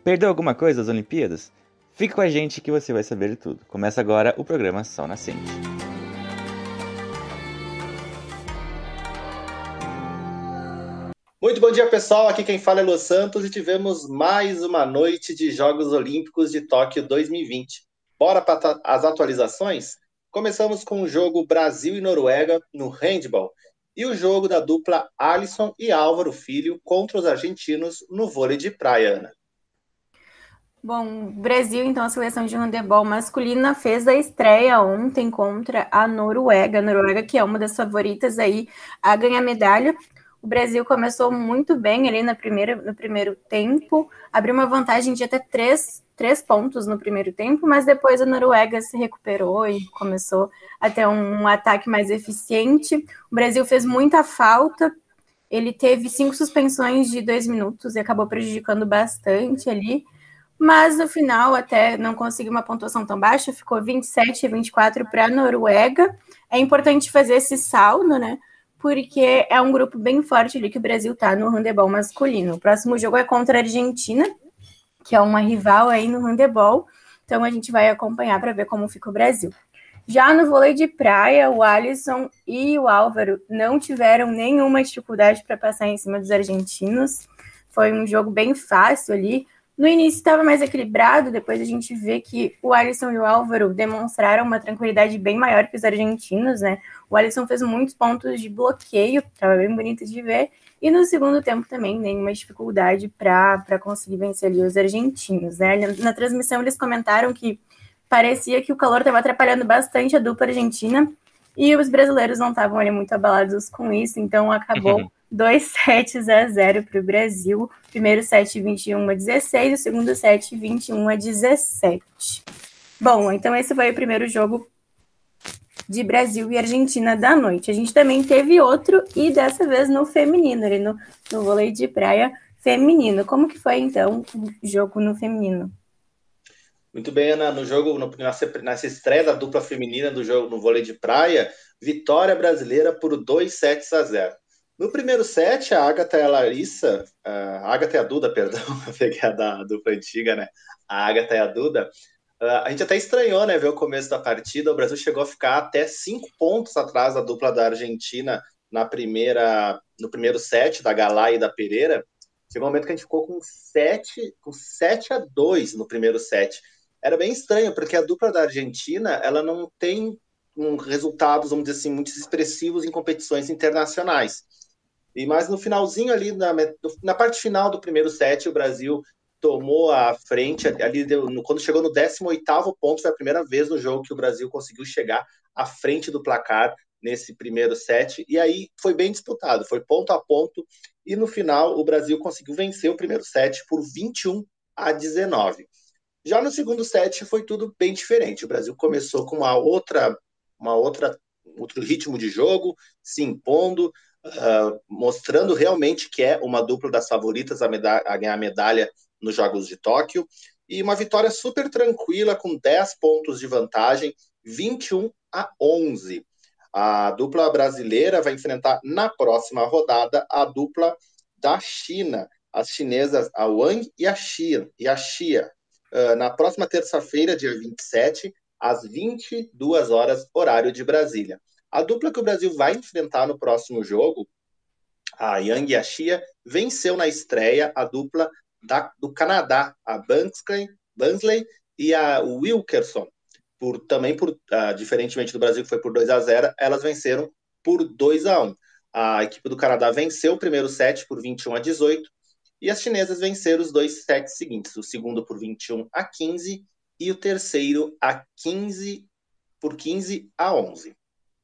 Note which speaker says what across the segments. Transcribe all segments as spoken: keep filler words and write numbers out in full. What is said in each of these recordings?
Speaker 1: Perdeu alguma coisa das Olimpíadas? Fica com a gente que você vai saber de tudo. Começa agora o programa Sol Nascente.
Speaker 2: Muito bom dia, pessoal. Aqui quem fala é Lu Santos e tivemos mais uma noite de Jogos Olímpicos de Tóquio dois mil e vinte. Bora para as atualizações? Começamos com o jogo Brasil e Noruega no handball e o jogo da dupla Alisson e Álvaro Filho contra os argentinos no vôlei de praia, Ana.
Speaker 3: Bom, Brasil, então, a seleção de handebol masculina fez a estreia ontem contra a Noruega. A Noruega, que é uma das favoritas aí a ganhar medalha. O Brasil começou muito bem ali na primeira, no primeiro tempo, abriu uma vantagem de até três, três pontos no primeiro tempo, mas depois a Noruega se recuperou e começou a ter um, um ataque mais eficiente. O Brasil fez muita falta, ele teve cinco suspensões de dois minutos e acabou prejudicando bastante ali, mas no final até não conseguiu uma pontuação tão baixa, ficou vinte e sete a vinte e quatro para a Noruega. É importante fazer esse saldo, né? Porque é um grupo bem forte ali que o Brasil tá no handebol masculino. O próximo jogo é contra a Argentina, que é uma rival aí no handebol. Então a gente vai acompanhar para ver como fica o Brasil. Já no vôlei de praia, o Alisson e o Álvaro não tiveram nenhuma dificuldade para passar em cima dos argentinos. Foi um jogo bem fácil ali. No início estava mais equilibrado, depois a gente vê que o Alisson e o Álvaro demonstraram uma tranquilidade bem maior que os argentinos, né? O Alisson fez muitos pontos de bloqueio, estava bem bonito de ver, e no segundo tempo também nenhuma dificuldade para conseguir vencer ali os argentinos, né? Na, na transmissão eles comentaram que parecia que o calor estava atrapalhando bastante a dupla argentina, e os brasileiros não estavam ali muito abalados com isso, então acabou dois sets a zero para o Brasil. Primeiro set vinte e um a dezesseis, o segundo set vinte e um a dezessete. Bom, então esse foi o primeiro jogo de Brasil e Argentina da noite. A gente também teve outro, e dessa vez no feminino, ali no, no vôlei de praia feminino. Como que foi, então, o jogo no feminino?
Speaker 2: Muito bem, Ana. No jogo, no, nessa, nessa estreia da dupla feminina do jogo no vôlei de praia, vitória brasileira por dois sets a zero. No primeiro set, a Agatha e a Larissa, a Agatha e a Duda, perdão, eu peguei a da dupla antiga, né? A Agatha e a Duda, a gente até estranhou, né, ver o começo da partida. O Brasil chegou a ficar até cinco pontos atrás da dupla da Argentina na primeira, no primeiro set, da Galá e da Pereira. Chegou um momento que a gente ficou com sete, com sete a dois no primeiro set. Era bem estranho, porque a dupla da Argentina, ela não tem um, resultados, vamos dizer assim, muito expressivos em competições internacionais. E mas no finalzinho ali, na, na parte final do primeiro set, o Brasil tomou a frente, ali deu, no, quando chegou no décimo oitavo ponto, foi a primeira vez no jogo que o Brasil conseguiu chegar à frente do placar nesse primeiro set, e aí foi bem disputado, foi ponto a ponto, e no final o Brasil conseguiu vencer o primeiro set por vinte e um a dezenove. Já no segundo set foi tudo bem diferente. O Brasil começou com uma outra, uma outra, outro ritmo de jogo, se impondo, uh, mostrando realmente que é uma dupla das favoritas a, meda- a ganhar medalha nos Jogos de Tóquio. E uma vitória super tranquila, com dez pontos de vantagem, vinte e um a onze. A dupla brasileira vai enfrentar na próxima rodada a dupla da China, as chinesas a Wang e a Xia. E a Xia. Uh, na próxima terça-feira, dia vinte e sete, às vinte e duas horas, horário de Brasília. A dupla que o Brasil vai enfrentar no próximo jogo, a Yang e a Xia, venceu na estreia a dupla da, do Canadá, a Bansley, Bansley e a Wilkerson. Por, também, por, uh, diferentemente do Brasil, que foi por dois a zero, elas venceram por dois a um. A equipe do Canadá venceu o primeiro set por vinte e um a dezoito, e as chinesas venceram os dois sets seguintes, o segundo por vinte e um a quinze e o terceiro a quinze, por quinze a onze.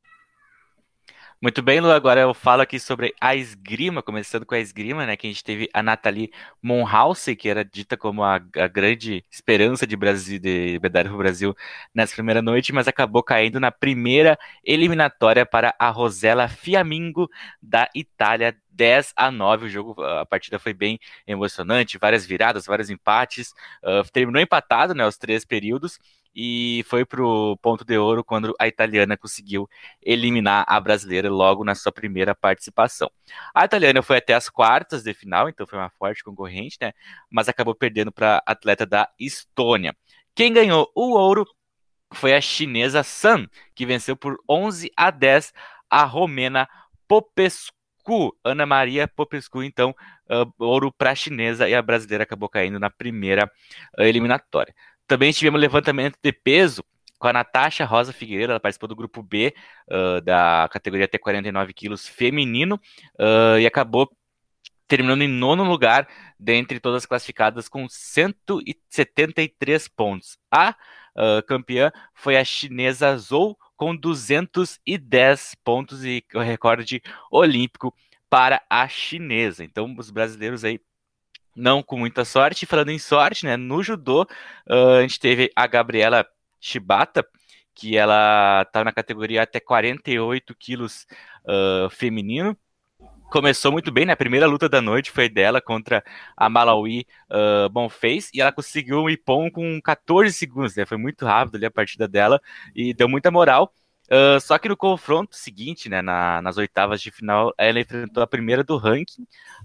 Speaker 1: Muito bem, Lu, agora eu falo aqui sobre a esgrima, começando com a esgrima, né, que a gente teve a Nathalie Monhouse, que era dita como a, a grande esperança de Brasil, de medalha para o Brasil nessa primeira noite, mas acabou caindo na primeira eliminatória para a Rosella Fiammingo da Itália, dez a nove. O jogo, a partida foi bem emocionante, várias viradas, vários empates, uh, terminou empatado, né, os três períodos, e foi pro ponto de ouro quando a italiana conseguiu eliminar a brasileira logo na sua primeira participação. A italiana foi até as quartas de final, então foi uma forte concorrente, né? Mas acabou perdendo para a atleta da Estônia. Quem ganhou o ouro foi a chinesa Sun, que venceu por onze a dez a romena Popescu. Ana Maria Popescu, então, uh, ouro para a chinesa, e a brasileira acabou caindo na primeira uh, eliminatória. Também tivemos levantamento de peso com a Natasha Rosa Figueiredo, ela participou do grupo B uh, da categoria até quarenta e nove quilos feminino uh, e acabou terminando em nono lugar dentre todas as classificadas com cento e setenta e três pontos. A uh, campeã foi a chinesa Zhou, com duzentos e dez pontos e o recorde olímpico para a chinesa. Então, os brasileiros aí não com muita sorte. Falando em sorte, né, no judô, uh, a gente teve a Gabriela Shibata, que ela estava na categoria até quarenta e oito quilos uh, feminino. Começou muito bem, né? A primeira luta da noite foi dela contra a Malawi uh, Bonfez, e ela conseguiu um ippon com quatorze segundos, né? Foi muito rápido ali a partida dela e deu muita moral. Uh, só que no confronto seguinte, né, na, nas oitavas de final, ela enfrentou a primeira do ranking,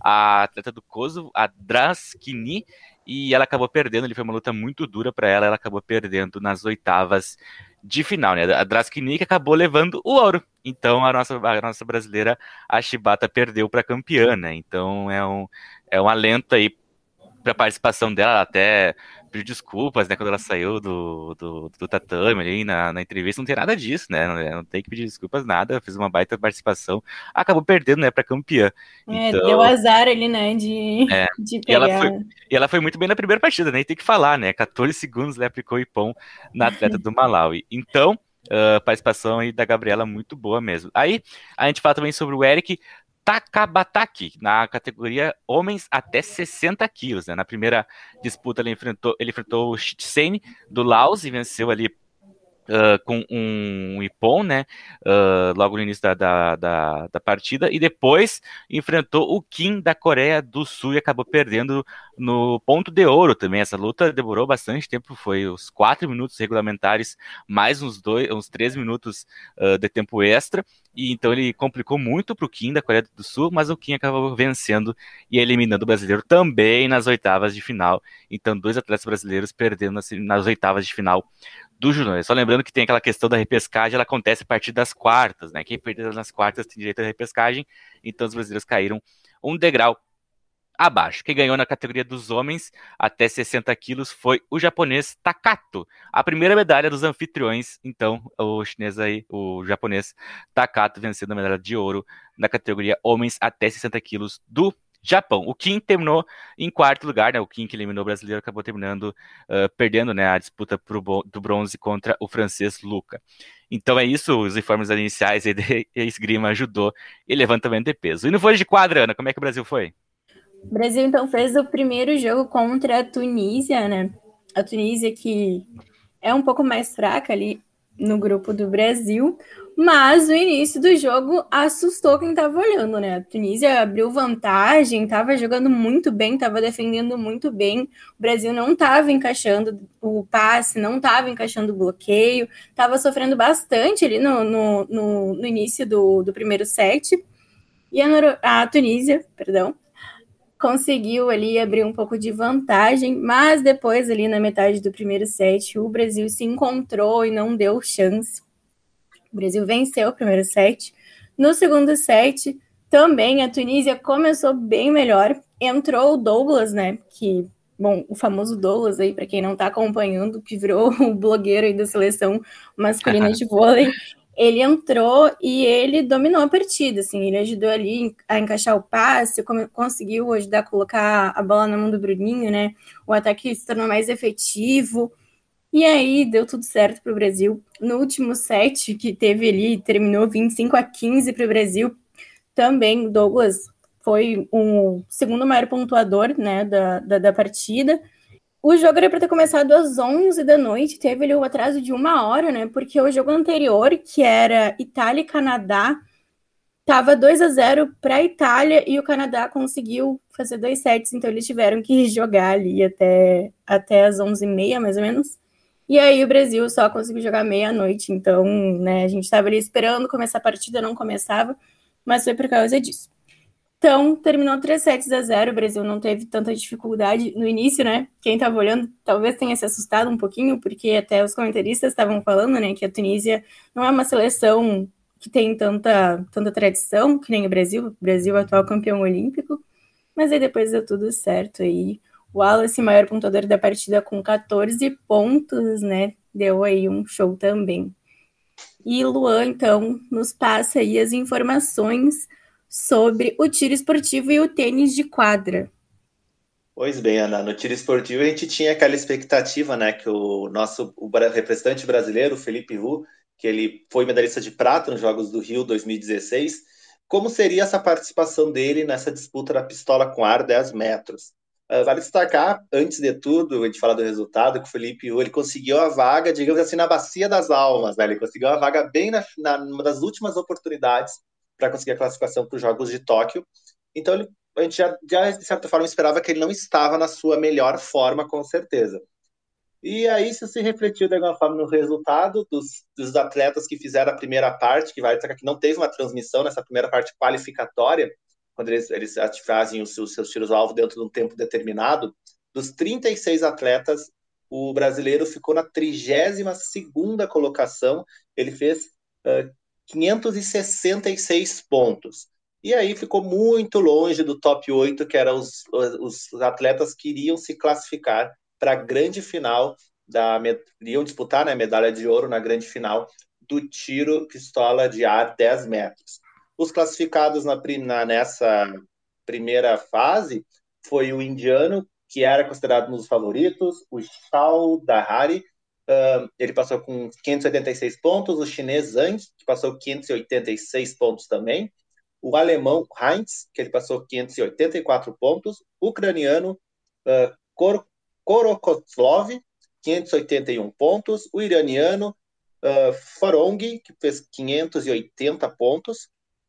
Speaker 1: a atleta do Kosovo, a Draskini, e ela acabou perdendo. Ali foi uma luta muito dura para ela, ela acabou perdendo nas oitavas de final, né? A Draskini que acabou levando o ouro. Então a nossa, a nossa brasileira, a Shibata, perdeu para campeã, né? Então é um, é um alento aí para a participação dela. Ela até pediu desculpas, né, quando ela saiu do, do, do tatame ali na, na entrevista. Não tem nada disso, né? Não, não tem que pedir desculpas, nada. Fez uma baita participação. Acabou perdendo, né, para campeã.
Speaker 3: É,
Speaker 1: então,
Speaker 3: deu azar ali, né, de,
Speaker 1: é,
Speaker 3: de
Speaker 1: e ela
Speaker 3: pegar.
Speaker 1: foi E ela foi muito bem na primeira partida, nem tem que falar, né? quatorze segundos ela aplicou o ippon na atleta do Malawi. Então, uh, participação aí da Gabriela muito boa mesmo. Aí, a gente fala também sobre o Eric Takabataki, na categoria homens até sessenta quilos, né? Na primeira disputa ele enfrentou, ele enfrentou o Chitsene do Laos e venceu ali Uh, com um ippon, né, uh, logo no início da, da, da, da partida, e depois enfrentou o Kim da Coreia do Sul e acabou perdendo no ponto de ouro também. Essa luta demorou bastante tempo, foi os quatro minutos regulamentares, mais uns, dois, uns três minutos uh, de tempo extra, e então ele complicou muito para o Kim da Coreia do Sul, mas o Kim acabou vencendo e eliminando o brasileiro também nas oitavas de final. Então, dois atletas brasileiros perdendo nas, nas oitavas de final do judô. Só lembrando que tem aquela questão da repescagem, ela acontece a partir das quartas, né? Quem perdeu nas quartas tem direito à repescagem, então os brasileiros caíram um degrau abaixo. Quem ganhou na categoria dos homens até sessenta quilos foi o japonês Takato. A primeira medalha dos anfitriões, então, o chinês aí, o japonês Takato, vencendo a medalha de ouro na categoria homens até sessenta quilos do Japão. O Kim terminou em quarto lugar, né? O Kim, que eliminou o brasileiro, acabou terminando, uh, perdendo, né, a disputa pro, do bronze contra o francês Luca. Então é isso, os informes iniciais aí de esgrima, judô e levantamento de peso. E no vôlei de quadra, Ana, como é que o Brasil foi?
Speaker 3: O Brasil, então, fez o primeiro jogo contra a Tunísia, né? A Tunísia que é um pouco mais fraca ali no grupo do Brasil, mas o início do jogo assustou quem estava olhando, né? A Tunísia abriu vantagem, estava jogando muito bem, estava defendendo muito bem. O Brasil não estava encaixando o passe, não estava encaixando o bloqueio, estava sofrendo bastante ali no, no, no, no início do, do primeiro set. E a, Noro... a Tunísia, perdão, conseguiu ali abrir um pouco de vantagem, mas depois ali na metade do primeiro set, o Brasil se encontrou e não deu chance. O Brasil venceu o primeiro set. No segundo set, também a Tunísia começou bem melhor. Entrou o Douglas, né, que, bom, o famoso Douglas aí, para quem não está acompanhando, que virou o blogueiro aí da seleção masculina de vôlei. Ele entrou e ele dominou a partida, assim, ele ajudou ali a encaixar o passe, conseguiu ajudar a colocar a bola na mão do Bruninho, né? O ataque se tornou mais efetivo, e aí deu tudo certo para o Brasil. No último set que teve ali, terminou vinte e cinco a quinze para o Brasil, também o Douglas foi o segundo maior pontuador, né, da, da, da partida. O jogo era para ter começado às onze da noite, teve ali o atraso de uma hora, né? Porque o jogo anterior, que era Itália e Canadá, estava dois a zero para a Itália e o Canadá conseguiu fazer dois sets, então eles tiveram que jogar ali até, até às onze e meia, mais ou menos. E aí o Brasil só conseguiu jogar meia-noite, então, né, a gente estava ali esperando começar a partida, não começava, mas foi por causa disso. Então, terminou três sets a zero, o Brasil não teve tanta dificuldade no início, né? Quem estava olhando talvez tenha se assustado um pouquinho, porque até os comentaristas estavam falando, né, que a Tunísia não é uma seleção que tem tanta, tanta tradição, que nem o Brasil, o Brasil é o atual campeão olímpico, mas aí depois deu tudo certo aí. O Wallace, maior pontuador da partida, com quatorze pontos, né? Deu aí um show também. E Luan, então, nos passa aí as informações sobre o tiro esportivo e o tênis de quadra.
Speaker 2: Pois bem, Ana, no tiro esportivo a gente tinha aquela expectativa, né, que o nosso o representante brasileiro, Felipe Hu, que ele foi medalhista de prata nos Jogos do Rio dois mil e dezesseis, como seria essa participação dele nessa disputa da pistola com ar dez metros. Uh, vale destacar, antes de tudo, a gente falar do resultado, que o Felipe Hu, ele conseguiu a vaga, digamos assim, na bacia das almas, né? Ele conseguiu a vaga bem na, na numa das últimas oportunidades para conseguir a classificação para os Jogos de Tóquio. Então, ele a gente já, já, de certa forma, esperava que ele não estava na sua melhor forma, com certeza. E aí isso se refletiu, de alguma forma, no resultado dos, dos atletas que fizeram a primeira parte, que vai destacar que não teve uma transmissão nessa primeira parte qualificatória, quando eles, eles fazem os seus, seus tiros-alvo dentro de um tempo determinado. Dos trinta e seis atletas, o brasileiro ficou na trigésima segunda colocação, ele fez uh, quinhentos e sessenta e seis pontos. E aí ficou muito longe do top oito, que eram os, os, os atletas que iriam se classificar para a grande final, da, iriam disputar, né, a medalha de ouro na grande final do tiro pistola de ar dez metros. Os classificados na, na, nessa primeira fase foi o indiano, que era considerado um dos favoritos, o Shao Dahari, uh, ele passou com quinhentos e oitenta e seis pontos, o chinês Zhang, que passou quinhentos e oitenta e seis pontos também, o alemão Heinz, que ele passou quinhentos e oitenta e quatro pontos, o ucraniano uh, Kor Korokotlov, quinhentos e oitenta e um pontos, o iraniano uh, Farong, que fez quinhentos e oitenta pontos,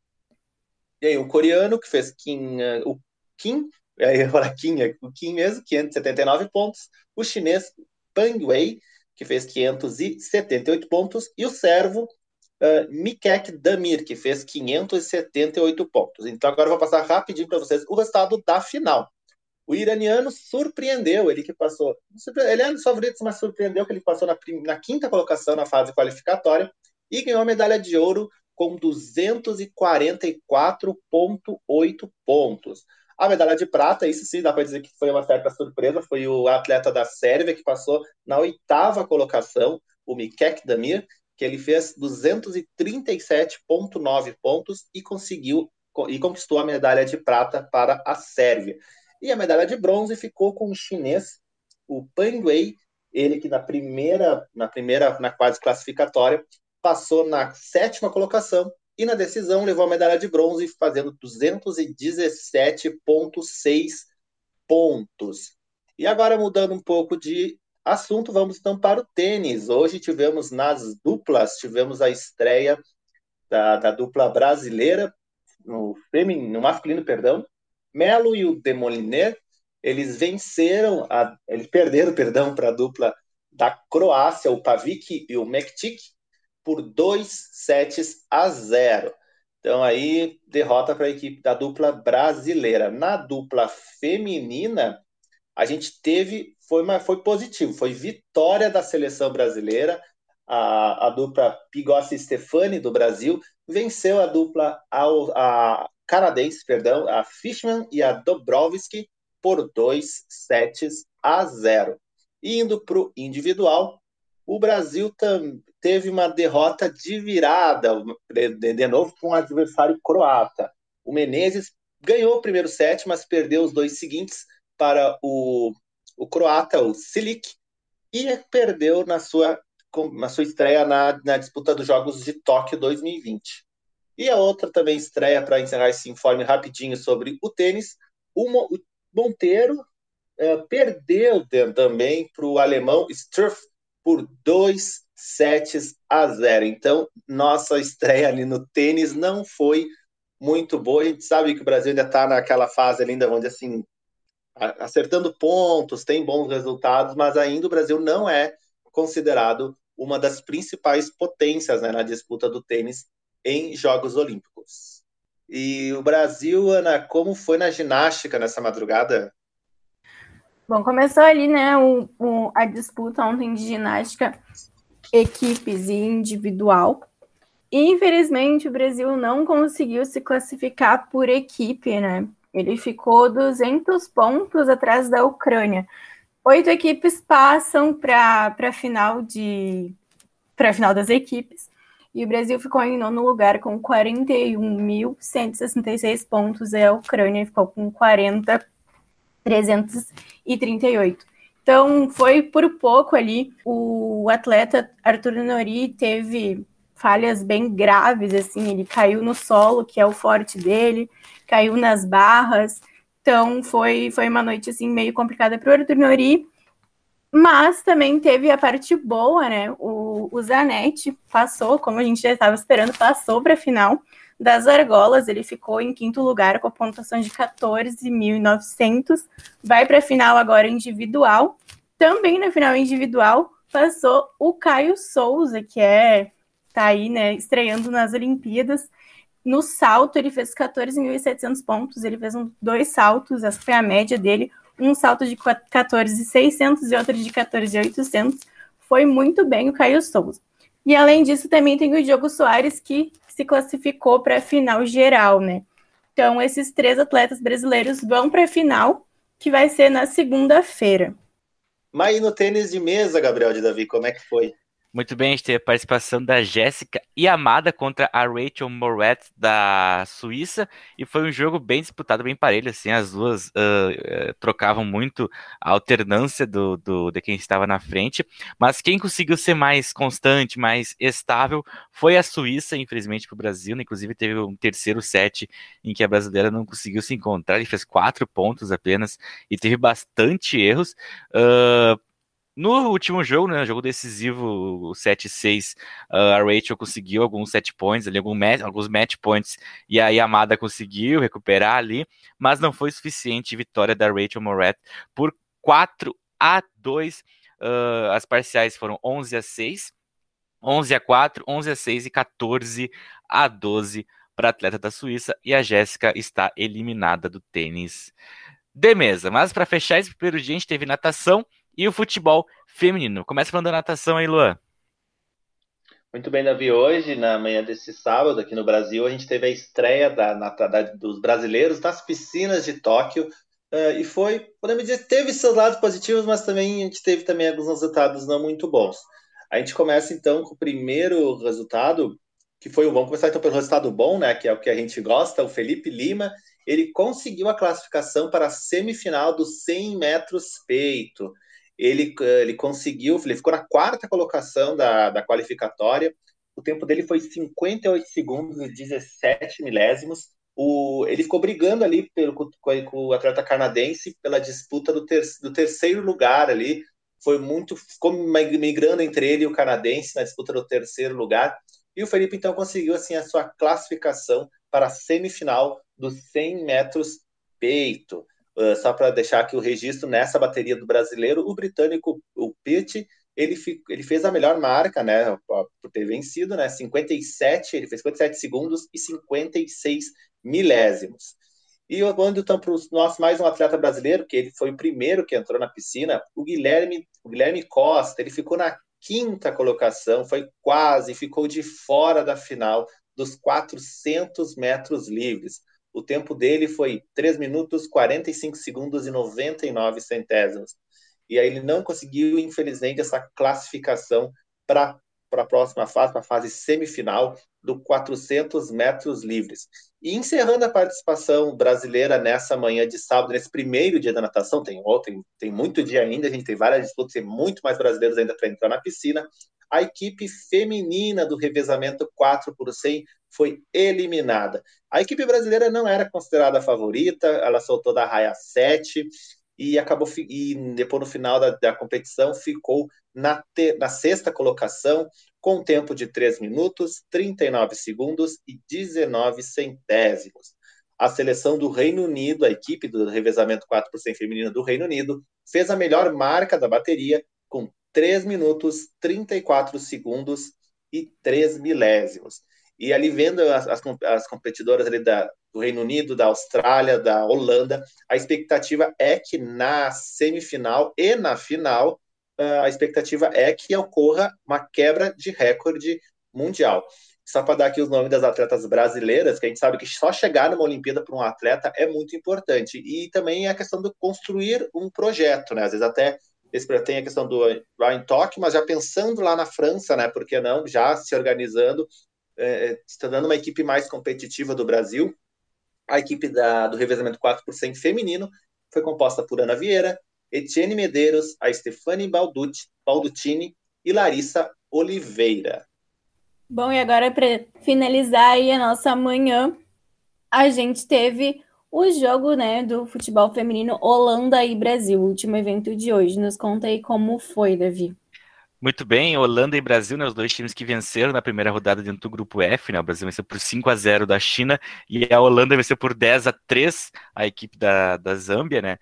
Speaker 2: e aí o coreano, que fez Kim, uh, o Kim, aí eu falo Kim, o Kim mesmo, quinhentos e setenta e nove pontos, o chinês Pang Wei, que fez quinhentos e setenta e oito pontos, e o servo Uh, Mikek Damir, que fez quinhentos e setenta e oito pontos. Então agora eu vou passar rapidinho para vocês o resultado da final. O iraniano surpreendeu, ele que passou, ele é um dos favoritos, mas surpreendeu que ele passou na, na quinta colocação na fase qualificatória e ganhou a medalha de ouro com duzentos e quarenta e quatro vírgula oito pontos. A medalha de prata, isso sim, dá para dizer que foi uma certa surpresa, foi o atleta da Sérvia que passou na oitava colocação, o Mikek Damir, que ele fez duzentos e trinta e sete vírgula nove pontos e conseguiu e conquistou a medalha de prata para a Sérvia. E a medalha de bronze ficou com o chinês, o Pang Wei, ele que na primeira, na primeira, na quase classificatória, passou na sétima colocação e na decisão levou a medalha de bronze fazendo duzentos e dezessete vírgula seis pontos. E agora mudando um pouco de assunto, vamos então para o tênis. Hoje tivemos nas duplas, tivemos a estreia da, da dupla brasileira, no, feminino, no masculino, perdão, Melo e o Demoliner, eles venceram, a, eles perderam, perdão, para a dupla da Croácia, o Pavic e o Mektic, por dois sets a zero. Então aí, derrota para a equipe da dupla brasileira. Na dupla feminina, a gente teve, foi, uma, foi positivo, foi vitória da seleção brasileira, a, a dupla Pigossi e Stefani do Brasil venceu a dupla a, a canadense, perdão, a Fishman e a Dobrovsky por dois sets a zero. E indo para o individual, o Brasil tam, teve uma derrota de virada, de, de novo com um adversário croata. O Menezes ganhou o primeiro set, mas perdeu os dois seguintes para o, o croata, o Silic, e perdeu na sua, na sua estreia na, na disputa dos Jogos de Tóquio dois mil e vinte. E a outra também estreia, para encerrar esse informe rapidinho sobre o tênis, o, o Monteiro é, perdeu de, também para o alemão Struff por dois sets a zero. Então, nossa estreia ali no tênis não foi muito boa. A gente sabe que o Brasil ainda está naquela fase ainda, vamos dizer assim, acertando pontos, tem bons resultados, mas ainda o Brasil não é considerado uma das principais potências, né, na disputa do tênis em Jogos Olímpicos. E o Brasil, Ana, como foi na ginástica nessa madrugada?
Speaker 3: Bom, começou ali, né, o, o, a disputa ontem de ginástica, equipes e individual. E, infelizmente, o Brasil não conseguiu se classificar por equipe, né? Ele ficou duzentos pontos atrás da Ucrânia. Oito equipes passam para a final de para a final das equipes. E o Brasil ficou em nono lugar com quarenta e um mil cento e sessenta e seis pontos, e a Ucrânia ficou com quarenta mil trezentos e trinta e oito. Então, foi por pouco ali. O atleta Arthur Nori teve falhas bem graves, assim, ele caiu no solo, que é o forte dele, caiu nas barras. Então, foi, foi uma noite, assim, meio complicada para o Arthur Nori. Mas também teve a parte boa, né? O, o Zanetti passou, como a gente já estava esperando, passou para a final das argolas. Ele ficou em quinto lugar com a pontuação de quatorze mil e novecentos. Vai para a final agora individual. Também na final individual passou o Caio Souza, que é tá aí, né, estreando nas Olimpíadas. No salto ele fez quatorze mil e setecentos pontos. Ele fez um, dois saltos, essa foi a média dele. Um salto de quatorze mil e seiscentos e outro de quatorze mil e oitocentos. Foi muito bem o Caio Souza. E além disso, também tem o Diogo Soares, que se classificou para a final geral, né? Então, esses três atletas brasileiros vão para a final, que vai ser na segunda-feira.
Speaker 2: Mas e no tênis de mesa, Gabriel de Davi, como é que foi?
Speaker 1: Muito bem, a gente teve a participação da Jéssica Yamada contra a Rachel Moret da Suíça, e foi um jogo bem disputado, bem parelho, assim, as duas uh, uh, trocavam muito a alternância do, do, de quem estava na frente, mas quem conseguiu ser mais constante, mais estável, foi a Suíça, infelizmente para o Brasil, né? Inclusive teve um terceiro set em que a brasileira não conseguiu se encontrar, ele fez quatro pontos apenas, e teve bastante erros. uh, No último jogo, né, jogo decisivo, o sete seis, uh, a Rachel conseguiu alguns set points, ali, algum match, alguns match points, e a Yamada conseguiu recuperar ali, mas não foi suficiente. Vitória da Rachel Moret por quatro a dois. Uh, as parciais foram onze a seis, onze a quatro, onze a seis e quatorze a doze para a atleta da Suíça, e a Jéssica está eliminada do tênis de mesa. Mas para fechar esse primeiro dia, a gente teve natação e o futebol feminino. Começa falando da natação aí, Luan.
Speaker 2: Muito bem, Davi. Hoje, na manhã desse sábado, aqui no Brasil, a gente teve a estreia da, da, dos brasileiros nas piscinas de Tóquio. Uh, e foi, podemos dizer, teve seus lados positivos, mas também a gente teve também alguns resultados não muito bons. A gente começa, então, com o primeiro resultado, que foi o... Vamos começar, então, pelo resultado bom, né? Que é o que a gente gosta. O Felipe Lima, ele conseguiu a classificação para a semifinal dos cem metros peito. Ele, ele conseguiu, ele ficou na quarta colocação da, da qualificatória. O tempo dele foi cinquenta e oito segundos e dezessete milésimos. O, ele ficou brigando ali pelo, com, com o atleta canadense pela disputa do, ter, do terceiro lugar ali. Foi muito, ficou migrando entre ele e o canadense na disputa do terceiro lugar. E o Felipe, então, conseguiu assim, a sua classificação para a semifinal dos cem metros peito. Uh, só para deixar aqui o registro, nessa bateria do brasileiro, o britânico, o Pitt, ele, ele fez a melhor marca, né, por ter vencido, né, cinquenta e sete, ele fez cinquenta e sete segundos e cinquenta e seis milésimos. E quando então para o nosso mais um atleta brasileiro, que ele foi o primeiro que entrou na piscina, o Guilherme, o Guilherme Costa, ele ficou na quinta colocação, foi quase, ficou de fora da final dos quatrocentos metros livres. O tempo dele foi três minutos, quarenta e cinco segundos e noventa e nove centésimos. E aí ele não conseguiu, infelizmente, essa classificação para a próxima fase, para a fase semifinal do quatrocentos metros livres. E encerrando a participação brasileira nessa manhã de sábado, nesse primeiro dia da natação, tem, tem, tem muito dia ainda, a gente tem várias disputas, tem muito mais brasileiros ainda para entrar na piscina. A equipe feminina do revezamento quatro por cem foi eliminada. A equipe brasileira não era considerada a favorita, ela soltou da raia sete e acabou e depois no final da, da competição ficou na, te, na sexta colocação com um tempo de três minutos, trinta e nove segundos e dezenove centésimos. A seleção do Reino Unido, a equipe do revezamento quatro por cem feminino do Reino Unido, fez a melhor marca da bateria com três minutos, trinta e quatro segundos e três milésimos. E ali vendo as, as, as competidoras ali da, do Reino Unido, da Austrália, da Holanda, a expectativa é que na semifinal e na final, a expectativa é que ocorra uma quebra de recorde mundial. Só para dar aqui os nomes das atletas brasileiras, que a gente sabe que só chegar numa Olimpíada para um atleta é muito importante. E também a questão de construir um projeto, né? Às vezes até tem a questão do lá em Tóquio, mas já pensando lá na França, né? Por que não? Já se organizando, é, se tornando uma equipe mais competitiva do Brasil. A equipe da, do revezamento quatro por cem feminino foi composta por Ana Vieira, Etienne Medeiros, a Stefani Balducci, Balducini e Larissa Oliveira.
Speaker 3: Bom, e agora para finalizar aí a nossa manhã, a gente teve o jogo, né, do futebol feminino Holanda e Brasil, o último evento de hoje. Nos conta aí como foi, Davi.
Speaker 1: Muito bem, Holanda e Brasil, né, os dois times que venceram na primeira rodada dentro do grupo F, né, o Brasil venceu por cinco a zero da China e a Holanda venceu por dez a três a equipe da, da Zâmbia, né,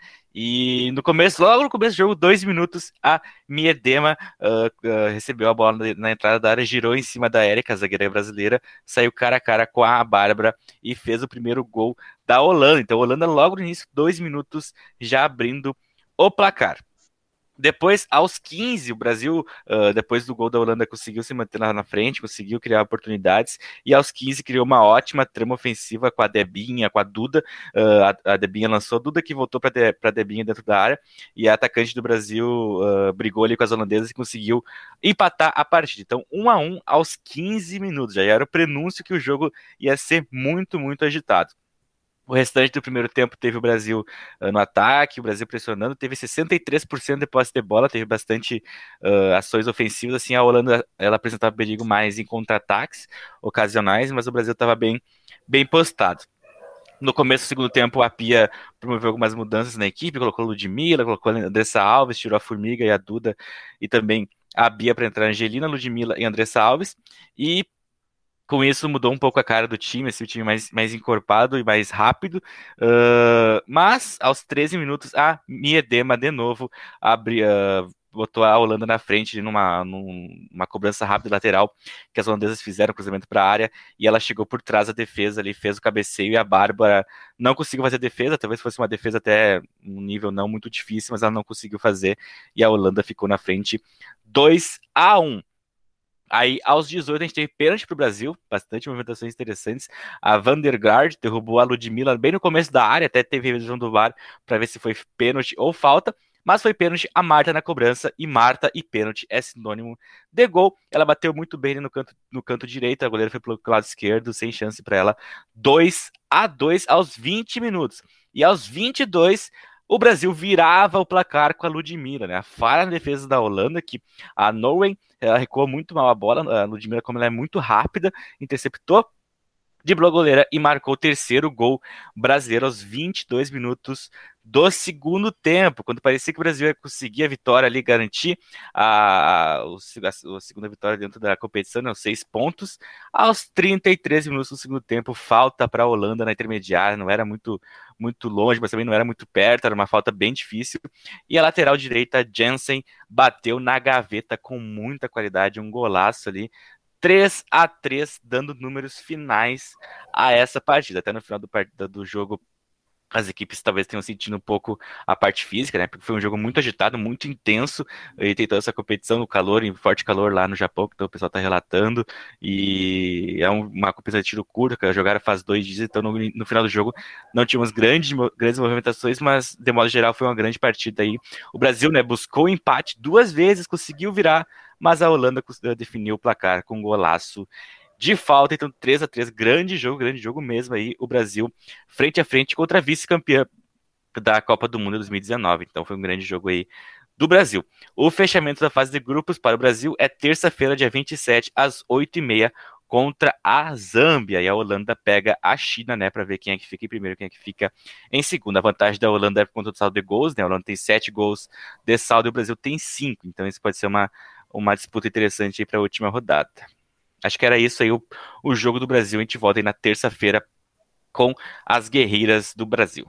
Speaker 1: e no começo, logo no começo do jogo, dois minutos, a Miedema uh, uh, recebeu a bola na, na entrada da área, girou em cima da Érica, a zagueira brasileira, saiu cara a cara com a Bárbara e fez o primeiro gol da Holanda. Então, a Holanda logo no início, dois minutos, já abrindo o placar. Depois, aos quinze, o Brasil, uh, depois do gol da Holanda, conseguiu se manter lá na frente, conseguiu criar oportunidades, e aos quinze criou uma ótima trama ofensiva com a Debinha, com a Duda. Uh, a, a Debinha lançou a Duda, que voltou para de, a Debinha dentro da área, e a atacante do Brasil uh, brigou ali com as holandesas e conseguiu empatar a partida. Então, um a um aos quinze minutos, já era o prenúncio que o jogo ia ser muito, muito agitado. O restante do primeiro tempo teve o Brasil uh, no ataque, o Brasil pressionando, teve sessenta e três por cento de posse de bola, teve bastante uh, ações ofensivas, assim, a Holanda, ela apresentava perigo mais em contra-ataques ocasionais, mas o Brasil estava bem, bem postado. No começo do segundo tempo, a Pia promoveu algumas mudanças na equipe, colocou a Ludmilla, colocou a Andressa Alves, tirou a Formiga e a Duda, e também a Bia para entrar a Angelina, Ludmilla e Andressa Alves, e com isso mudou um pouco a cara do time, esse time mais, mais encorpado e mais rápido, uh, mas aos treze minutos a Miedema de novo abriu, uh, botou a Holanda na frente numa, numa cobrança rápida lateral que as holandesas fizeram, cruzamento para a área, e ela chegou por trás da defesa ali, fez o cabeceio, e a Bárbara não conseguiu fazer defesa, talvez fosse uma defesa até um nível não muito difícil, mas ela não conseguiu fazer, e a Holanda ficou na frente dois a um. Aí, aos dezoito, a gente teve pênalti pro Brasil, bastante movimentações interessantes. A Vandergaard derrubou a Ludmilla bem no começo da área, até teve revisão do V A R para ver se foi pênalti ou falta, mas foi pênalti a Marta na cobrança, e Marta e pênalti é sinônimo de gol. Ela bateu muito bem no canto, no canto direito, a goleira foi pelo lado esquerdo, sem chance para ela. dois a dois aos vinte minutos. E aos vinte e dois, o Brasil virava o placar com a Ludmilla, né? A falha na defesa da Holanda, que a Norway ela recuou muito mal a bola, a Ludmilla, como ela é muito rápida, interceptou, driblou a goleira e marcou o terceiro gol brasileiro aos vinte e dois minutos do segundo tempo, quando parecia que o Brasil ia conseguir a vitória ali, garantir a, a, a, a segunda vitória dentro da competição, né, os seis pontos. Aos trinta e três minutos do segundo tempo, falta para a Holanda na intermediária, não era muito, muito longe, mas também não era muito perto, era uma falta bem difícil, e a lateral direita, Jensen, bateu na gaveta com muita qualidade, um golaço ali, três a três, dando números finais a essa partida. Até no final do, do jogo, as equipes talvez tenham sentido um pouco a parte física, né? Porque foi um jogo muito agitado, muito intenso, e tem toda essa competição no calor, em forte calor lá no Japão, que então o pessoal está relatando, e é uma competição de tiro curto, que jogaram faz dois dias, então no, no final do jogo não tínhamos grandes, grandes movimentações, mas de modo geral foi uma grande partida aí. O Brasil, né, buscou o empate duas vezes, conseguiu virar, mas a Holanda definiu o placar com um golaço de falta. Então três a três, grande jogo, grande jogo mesmo aí, o Brasil frente a frente contra a vice-campeã da Copa do Mundo dois mil e dezenove, então foi um grande jogo aí do Brasil. O fechamento da fase de grupos para o Brasil é terça-feira, dia vinte e sete, às oito e meia, contra a Zâmbia, e a Holanda pega a China, né, para ver quem é que fica em primeiro, quem é que fica em segundo. A vantagem da Holanda é por conta do saldo de gols, né, a Holanda tem sete gols de saldo e o Brasil tem cinco, então isso pode ser uma, uma disputa interessante aí para a última rodada. Acho que era isso aí, o, o jogo do Brasil. A gente volta aí na terça-feira com as guerreiras do Brasil.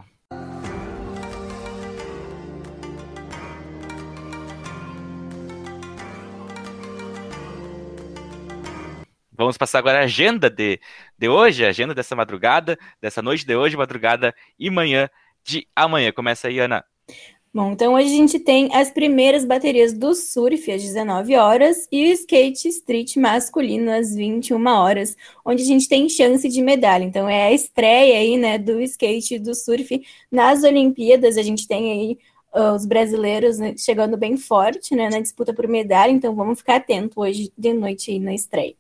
Speaker 1: vamos passar agora a agenda de, de hoje, a agenda dessa madrugada, dessa noite de hoje, madrugada e manhã de amanhã. Começa aí, Ana.
Speaker 3: Bom, então hoje a gente tem as primeiras baterias do surf às dezenove horas e o skate street masculino às vinte e uma horas, onde a gente tem chance de medalha. Então é a estreia aí, né, do skate e do surf nas Olimpíadas. A gente tem aí uh, os brasileiros, né, chegando bem forte, né, na disputa por medalha. Então vamos ficar atento hoje de noite aí na estreia.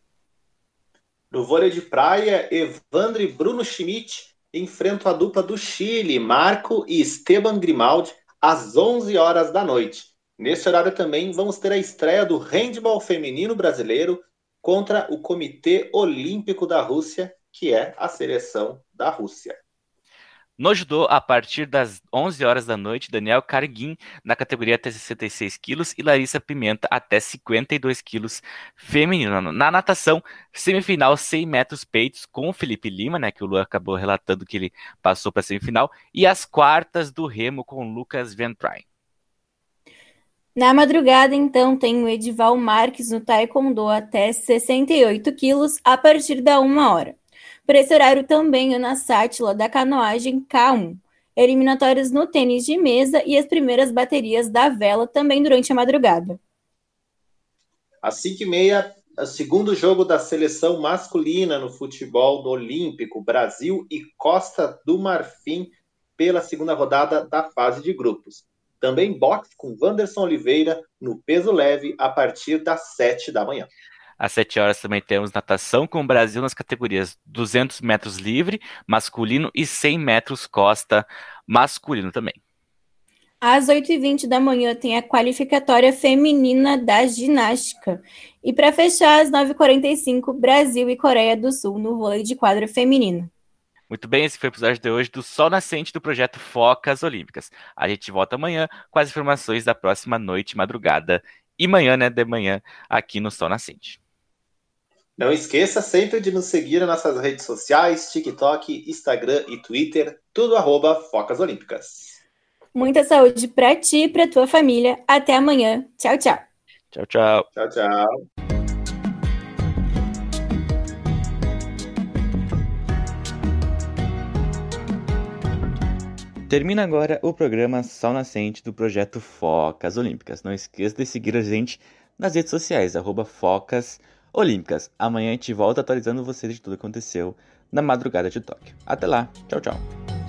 Speaker 2: No vôlei de praia, Evandro e Bruno Schmidt enfrentam a dupla do Chile, Marco e Esteban Grimaldi, às onze horas da noite. Nesse horário também vamos ter a estreia do handball feminino brasileiro contra o Comitê Olímpico da Rússia, que é a seleção da Rússia.
Speaker 1: No judô, a partir das onze horas da noite, Daniel Carguin na categoria até sessenta e seis quilos e Larissa Pimenta até cinquenta e dois quilos feminino. Na natação, semifinal cem metros peitos com o Felipe Lima, né, que o Luan acabou relatando que ele passou para a semifinal, e as quartas do remo com Lucas Ventry.
Speaker 3: Na madrugada, então, tem o Edival Marques no taekwondo até sessenta e oito quilos a partir da uma hora. Por esse horário também o na sátila da canoagem K um, eliminatórias no tênis de mesa e as primeiras baterias da vela também durante a madrugada.
Speaker 2: Às cinco e meia, o segundo jogo da seleção masculina no futebol do Olímpico, Brasil e Costa do Marfim, pela segunda rodada da fase de grupos. Também boxe com Wanderson Oliveira no peso leve a partir das sete da manhã.
Speaker 1: Às sete horas também temos natação com o Brasil nas categorias duzentos metros livre masculino e cem metros costa masculino também.
Speaker 3: Às oito e vinte da manhã tem a qualificatória feminina da ginástica. E para fechar, às nove e quarenta e cinco, Brasil e Coreia do Sul no vôlei de quadra feminino.
Speaker 1: Muito bem, esse foi o episódio de hoje do Sol Nascente do projeto Focas Olímpicas. A gente volta amanhã com as informações da próxima noite, madrugada e manhã, né, de manhã, aqui no Sol Nascente.
Speaker 2: Não esqueça sempre de nos seguir nas nossas redes sociais, TikTok, Instagram e Twitter, tudo arroba Focas Olímpicas.
Speaker 3: Muita saúde para ti e para tua família. Até amanhã. Tchau, tchau.
Speaker 1: Tchau, tchau.
Speaker 2: Tchau, tchau.
Speaker 1: Termina agora o programa Sol Nascente do projeto Focas Olímpicas. Não esqueça de seguir a gente nas redes sociais, arroba Focas Olímpicas. Amanhã a gente volta atualizando vocês de tudo que aconteceu na madrugada de Tóquio. Até lá. Tchau, tchau.